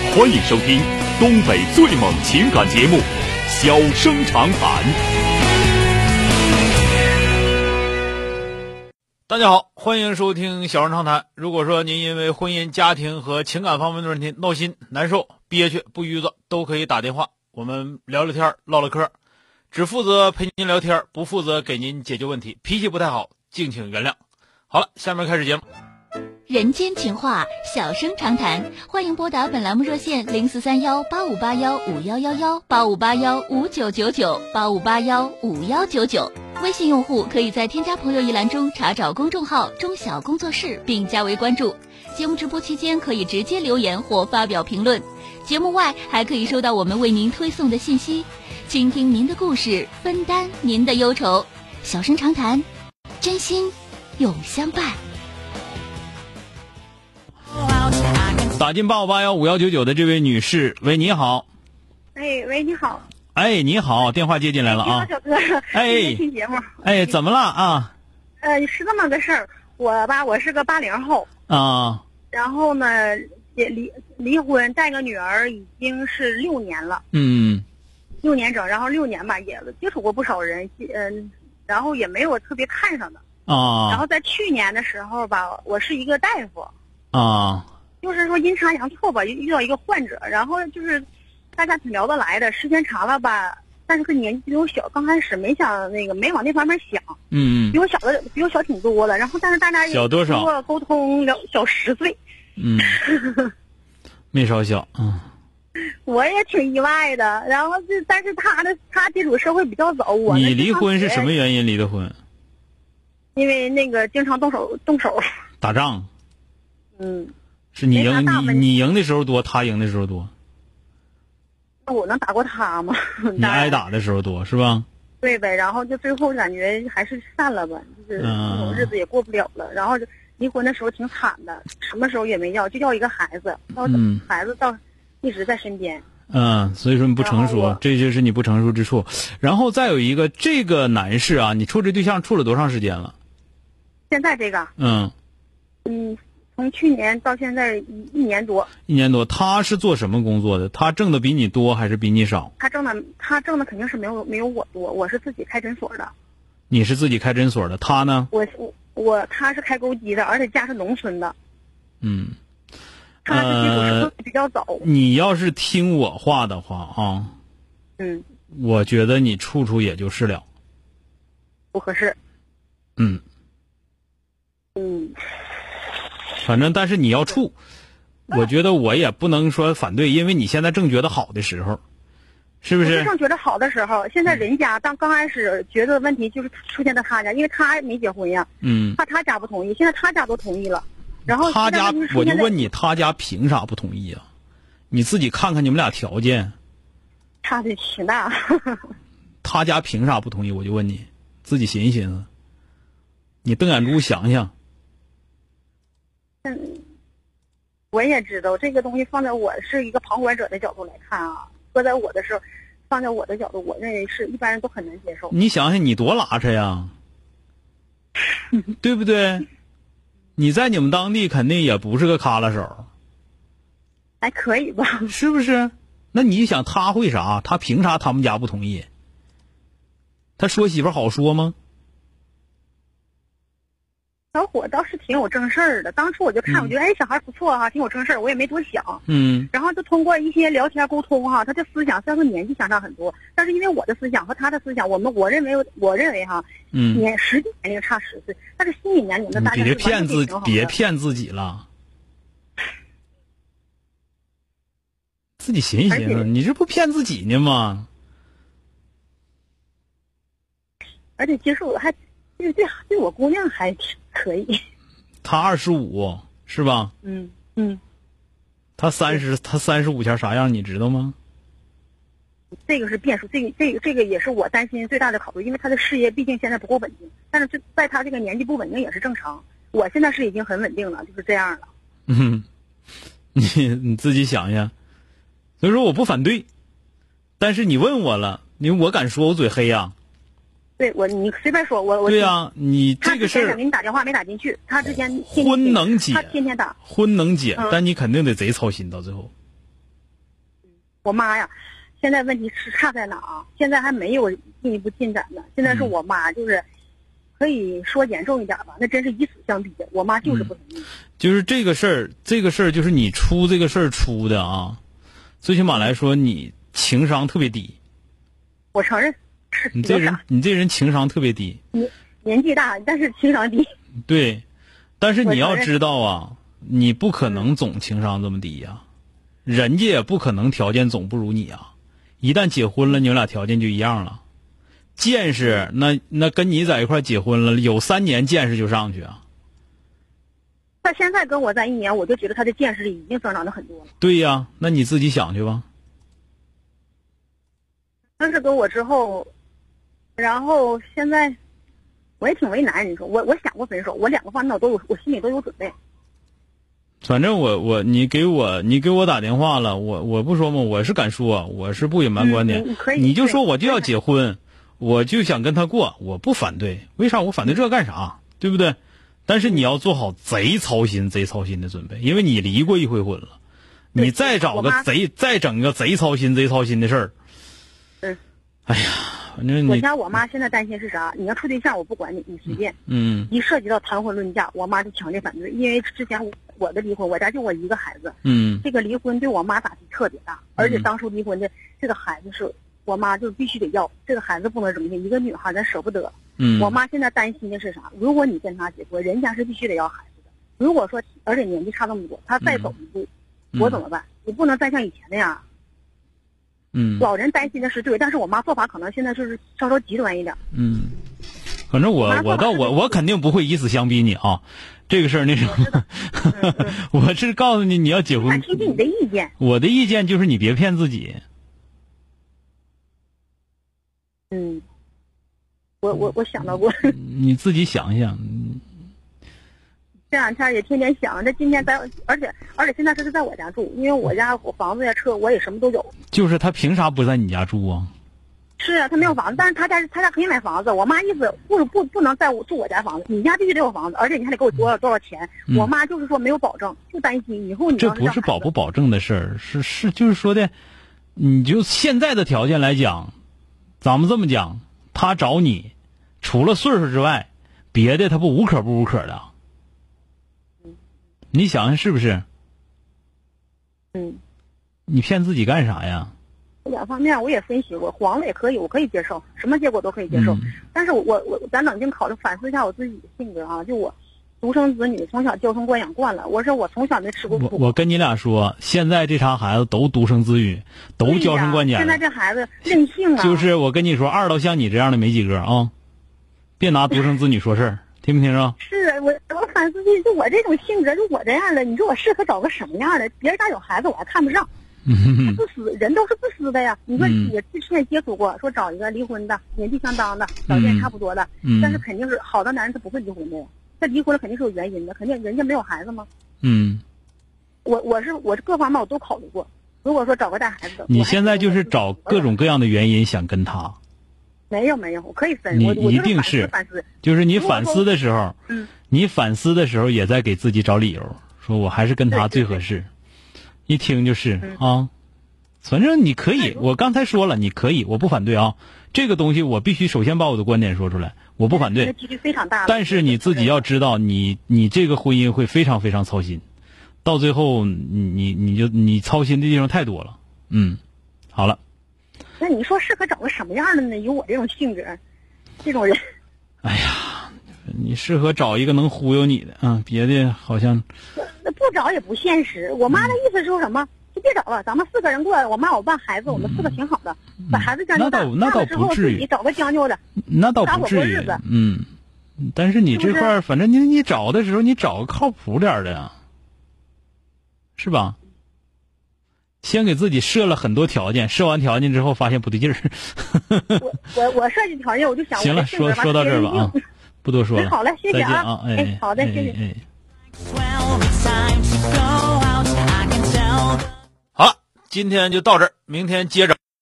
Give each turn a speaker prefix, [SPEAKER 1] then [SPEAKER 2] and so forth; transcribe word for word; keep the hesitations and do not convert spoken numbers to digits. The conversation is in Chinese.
[SPEAKER 1] 欢迎收听东北最猛情感节目《小生长谈》。
[SPEAKER 2] 大家好，欢迎收听《小生长谈》。如果说您因为婚姻、家庭和情感方面的问题闹心、难受、憋屈、不愉快，都可以打电话，我们聊聊天、唠唠嗑，只负责陪您聊天，不负责给您解决问题。脾气不太好，敬请原谅。好了，下面开始节目。
[SPEAKER 3] 人间情话，小生长谈，欢迎拨打本栏目热线零四三幺八五八幺五幺幺幺八五八幺五九九九八五八幺五幺九九。微信用户可以在添加朋友一栏中查找公众号中小工作室并加为关注。节目直播期间可以直接留言或发表评论，节目外还可以收到我们为您推送的信息，倾听您的故事，分担您的忧愁。小生长谈，真心永相伴。
[SPEAKER 2] 打进八五八幺五幺九九的这位女士，喂，你好。
[SPEAKER 4] 哎，喂，你好。
[SPEAKER 2] 哎，你好，电话接进来了啊。
[SPEAKER 4] 小哥，
[SPEAKER 2] 哎，
[SPEAKER 4] 听节目。
[SPEAKER 2] 哎，怎么了啊？
[SPEAKER 4] 呃，是这么个事儿，我吧，我是个八零后
[SPEAKER 2] 啊。
[SPEAKER 4] 然后呢，也离离婚，带个女儿已经是六年了。
[SPEAKER 2] 嗯。
[SPEAKER 4] 六年整，然后六年吧，也接触过不少人，嗯，然后也没有特别看上的。
[SPEAKER 2] 啊。
[SPEAKER 4] 然后在去年的时候吧，我是一个大夫。
[SPEAKER 2] 啊。
[SPEAKER 4] 就是说阴差阳错吧，遇到一个患者，然后就是大家挺聊得来的，时间长了吧，但是他年纪比我小，刚开始没想那个没往那方面想，
[SPEAKER 2] 嗯，
[SPEAKER 4] 比我小的比我小挺多的，然后但是大家
[SPEAKER 2] 小多少？
[SPEAKER 4] 通过沟通聊小十岁，
[SPEAKER 2] 嗯，没少小，嗯，
[SPEAKER 4] 我也挺意外的，然后就但是他的他接触社会比较早，我
[SPEAKER 2] 你离婚是什么原因离的婚？
[SPEAKER 4] 因为那个经常动手动手，
[SPEAKER 2] 打仗，
[SPEAKER 4] 嗯。
[SPEAKER 2] 是你赢你你赢的时候多，他赢的时候多。
[SPEAKER 4] 那我能打过他吗？
[SPEAKER 2] 你挨打的时候多是吧？
[SPEAKER 4] 对呗，然后就最后感觉还是散了吧，就是那种日子也过不了了。嗯、然后就离婚的时候挺惨的，什么时候也没要，就要一个孩子，到孩子到一直在身边。
[SPEAKER 2] 嗯，所以说你不成熟，这就是你不成熟之处。然后再有一个，这个男士啊，你处这对象处了多长时间了？
[SPEAKER 4] 现在这个，
[SPEAKER 2] 嗯
[SPEAKER 4] 嗯。从去年到现在一一年多，
[SPEAKER 2] 一年多，他是做什么工作的？他挣的比你多还是比你少？
[SPEAKER 4] 他挣的，他挣的肯定是没有没有我多。我是自己开诊所的。
[SPEAKER 2] 你是自己开诊所的，他呢？
[SPEAKER 4] 我我我他是开钩机的，而且家是农村的。
[SPEAKER 2] 嗯，
[SPEAKER 4] 他是接触社会比较早、呃。
[SPEAKER 2] 你要是听我话的话啊，
[SPEAKER 4] 嗯，
[SPEAKER 2] 我觉得你处处也就是了。
[SPEAKER 4] 不合适。
[SPEAKER 2] 嗯。
[SPEAKER 4] 嗯。
[SPEAKER 2] 反正，但是你要处，我觉得我也不能说反对，因为你现在正觉得好的时候，是不是？
[SPEAKER 4] 正觉得好的时候，现在人家当刚开始觉得问题就是出现在他家，因为他没结婚呀，
[SPEAKER 2] 嗯，
[SPEAKER 4] 怕他家不同意，现在他家都同意了，然后
[SPEAKER 2] 他家我就问你，他家凭啥不同意啊？你自己看看你们俩条件，
[SPEAKER 4] 差距挺大。
[SPEAKER 2] 他家凭啥不同意？我就问你，自己寻思寻思，你瞪眼珠想想。
[SPEAKER 4] 嗯，我也知道这个东西放在我是一个旁观者的角度来看啊，搁在我的时候，放在我的角度，我认为是一般人都很难接受。
[SPEAKER 2] 你想想，你多拉扯呀，对不对？你在你们当地肯定也不是个旮旯手，
[SPEAKER 4] 还可以吧？
[SPEAKER 2] 是不是？那你想他会啥？他凭啥他们家不同意？他说媳妇好说吗？
[SPEAKER 4] 小伙倒是挺有正事儿的，当初我就看，嗯、我觉得哎，小孩不错哈，挺有正事儿，我也没多想。
[SPEAKER 2] 嗯。
[SPEAKER 4] 然后就通过一些聊天沟通哈，他这思想虽然说年纪相差很多，但是因为我的思想和他的思想，我们我认为我认为哈，
[SPEAKER 2] 嗯，
[SPEAKER 4] 年实际年龄差十岁，但是心理年龄的大家
[SPEAKER 2] 别骗自己，别骗自己了，自己寻思寻思，你这不骗自己呢吗？
[SPEAKER 4] 而且接受还对对对我姑娘还挺可以。
[SPEAKER 2] 他二十五是吧？
[SPEAKER 4] 嗯嗯。
[SPEAKER 2] 他三十，他三十五前啥样你知道吗？
[SPEAKER 4] 这个是变数，这个这个这个也是我担心最大的考虑，因为他的事业毕竟现在不够稳定，但是在他这个年纪不稳定也是正常。我现在是已经很稳定了，就是这样了。
[SPEAKER 2] 嗯，你你自己想想，所以说我不反对，但是你问我了，因为我敢说我嘴黑呀、啊。
[SPEAKER 4] 对我，你随便说，我我
[SPEAKER 2] 对呀、啊，你这个事儿
[SPEAKER 4] 给你打电话没打进去，他之前
[SPEAKER 2] 婚能解，
[SPEAKER 4] 他天天打，
[SPEAKER 2] 婚能解，
[SPEAKER 4] 嗯、
[SPEAKER 2] 但你肯定得贼操心到最后。
[SPEAKER 4] 我妈呀，现在问题是差在哪啊？现在还没有进一步进展呢。现在是我妈，就是可以说严重一点吧，那真是以死相逼的。我妈就是不同意。
[SPEAKER 2] 嗯、就是这个事儿，这个事儿就是你出这个事儿出的啊，最起码来说你情商特别低。
[SPEAKER 4] 我承认是
[SPEAKER 2] 你这人，你这人情商特别低。
[SPEAKER 4] 你年纪大，但是情商低。
[SPEAKER 2] 对，但是你要知道啊，你不可能总情商这么低呀、啊，人家也不可能条件总不如你啊。一旦结婚了，你们俩条件就一样了。见识那那跟你在一块结婚了，有三年见识就上去啊。
[SPEAKER 4] 他现在跟我在一年，我就觉得他的见识已经增长的很多了。
[SPEAKER 2] 对呀，那你自己想去吧。
[SPEAKER 4] 但是跟我之后，然后现在我也挺为难。你说我我想过分手，我两个方面我都有，我心里都有准备。
[SPEAKER 2] 反正我我你给我你给我打电话了，我我不说嘛，我是敢说，我是不隐瞒观点。
[SPEAKER 4] 嗯、你, 可以
[SPEAKER 2] 你就说我就要结婚，我就想跟他过，我不反对。为啥我反对这干啥？对不对？但是你要做好贼操心贼操心的准备，因为你离过一回婚了，你再找个贼再整个贼操心贼操心的事儿。
[SPEAKER 4] 嗯，
[SPEAKER 2] 哎呀，反正你
[SPEAKER 4] 我家我妈现在担心是啥？你要处对象，我不管你，你随便。
[SPEAKER 2] 嗯，
[SPEAKER 4] 一涉及到谈婚论嫁，我妈就强烈反对，因为之前我我的离婚，我家就我一个孩子。
[SPEAKER 2] 嗯，
[SPEAKER 4] 这个离婚对我妈打击特别大，而且当初离婚的这个孩子是我妈就必须得要，这个孩子不能扔下，一个女孩咱舍不得。
[SPEAKER 2] 嗯，
[SPEAKER 4] 我妈现在担心的是啥？如果你跟他结婚，人家是必须得要孩子的。如果说而且年纪差这么多，他再走一步，
[SPEAKER 2] 嗯、
[SPEAKER 4] 我怎么办？我不能再像以前那样。
[SPEAKER 2] 嗯，
[SPEAKER 4] 老人担心的是对，但是我妈做法可能现在就是稍稍极端一点。
[SPEAKER 2] 嗯，反正我我倒我我肯定不会以死相逼你啊，这个事儿那什么，我, 我是告诉你你要结婚。
[SPEAKER 4] 听听你的意见。
[SPEAKER 2] 我的意见就是你别骗自己。
[SPEAKER 4] 嗯，我我我想到过。
[SPEAKER 2] 你自己想一想。
[SPEAKER 4] 这两天也天天想，这今天在，而且而且现在这是在我家住，因为我家我房子呀、车我也什么都有。
[SPEAKER 2] 就是他凭啥不在你家住啊？
[SPEAKER 4] 是啊，他没有房子，但是他家他家可以买房子。我妈意思不不不能在我住我家房子，你家必须得有房子，而且你还得给我多少多少钱。
[SPEAKER 2] 嗯、
[SPEAKER 4] 我妈就是说没有保证，就担心以后你
[SPEAKER 2] 这不是保不保证的事儿，是是就是说的，你就现在的条件来讲，咱们这么讲，他找你，除了岁数之外，别的他不无可不无可的。你想想是不是？
[SPEAKER 4] 嗯，
[SPEAKER 2] 你骗自己干啥呀？
[SPEAKER 4] 两方面我也分析过，黄了也可以，我可以接受，什么结果都可以接受。
[SPEAKER 2] 嗯、
[SPEAKER 4] 但是我我咱冷静考虑反思一下我自己的性格啊，就我独生子女，从小娇生惯养惯了。我说我从小没吃过苦。
[SPEAKER 2] 我我跟你俩说，现在这茬孩子都独生子女，都娇生惯养。
[SPEAKER 4] 现在这孩子任性啊！
[SPEAKER 2] 就是我跟你说，二到像你这样的没几个啊，别拿独生子女说事儿。听没听着？
[SPEAKER 4] 是我，我反思就我这种性格，就我这样的，你说我适合找个什么样的？别人家有孩子，我还看不上。
[SPEAKER 2] 嗯，
[SPEAKER 4] 自私，人都是自私的呀。你说我之前接触过，说找一个离婚的，年纪相当的，条件差不多的，
[SPEAKER 2] 嗯、
[SPEAKER 4] 但是肯定是好的男人他不会离婚的呀。他离婚了肯定是有原因的，肯定人家没有孩子吗？
[SPEAKER 2] 嗯，
[SPEAKER 4] 我我是我是各方面我都考虑过。如果说找个带孩子的，
[SPEAKER 2] 你现在就是找各种各样的原因想跟他。
[SPEAKER 4] 没有没有，我可以分。
[SPEAKER 2] 你
[SPEAKER 4] 我
[SPEAKER 2] 一定是
[SPEAKER 4] 反思，
[SPEAKER 2] 就是你反思的时候，
[SPEAKER 4] 嗯，
[SPEAKER 2] 你反思的时候也在给自己找理由，说我还是跟他最合适。一听就是啊，反正你可以，我刚才说了，你可以，我不反对啊。这个东西我必须首先把我的观点说出来，我不反对。
[SPEAKER 4] 几率非常大。
[SPEAKER 2] 但是你自己要知道，你你这个婚姻会非常非常操心，到最后你你你就你操心的地方太多了。嗯，好了。
[SPEAKER 4] 那你说适合找个什么样的呢？有我这种性格，这种人。
[SPEAKER 2] 哎呀，你适合找一个能忽悠你的啊、嗯，别的好像。
[SPEAKER 4] 那不找也不现实。我妈的意思是说什么？就别找了，咱们四个人过，我妈我爸孩子，我们四个挺好的，嗯、把孩子将就大。
[SPEAKER 2] 那倒那倒不至于。
[SPEAKER 4] 找个将就的。
[SPEAKER 2] 那倒不至于。嗯，但是你这块儿，反正你你找的时候，你找个靠谱点的呀，是吧？先给自己设了很多条件，设完条件之后发现不对劲儿。
[SPEAKER 4] 我我我设计条件，我就想
[SPEAKER 2] 行了，说说到这儿吧啊，不多说了。
[SPEAKER 4] 好了，谢谢啊，
[SPEAKER 2] 啊，哎，
[SPEAKER 4] 哎好的，谢谢。
[SPEAKER 2] 哎，好了，今天就到这儿，明天接着。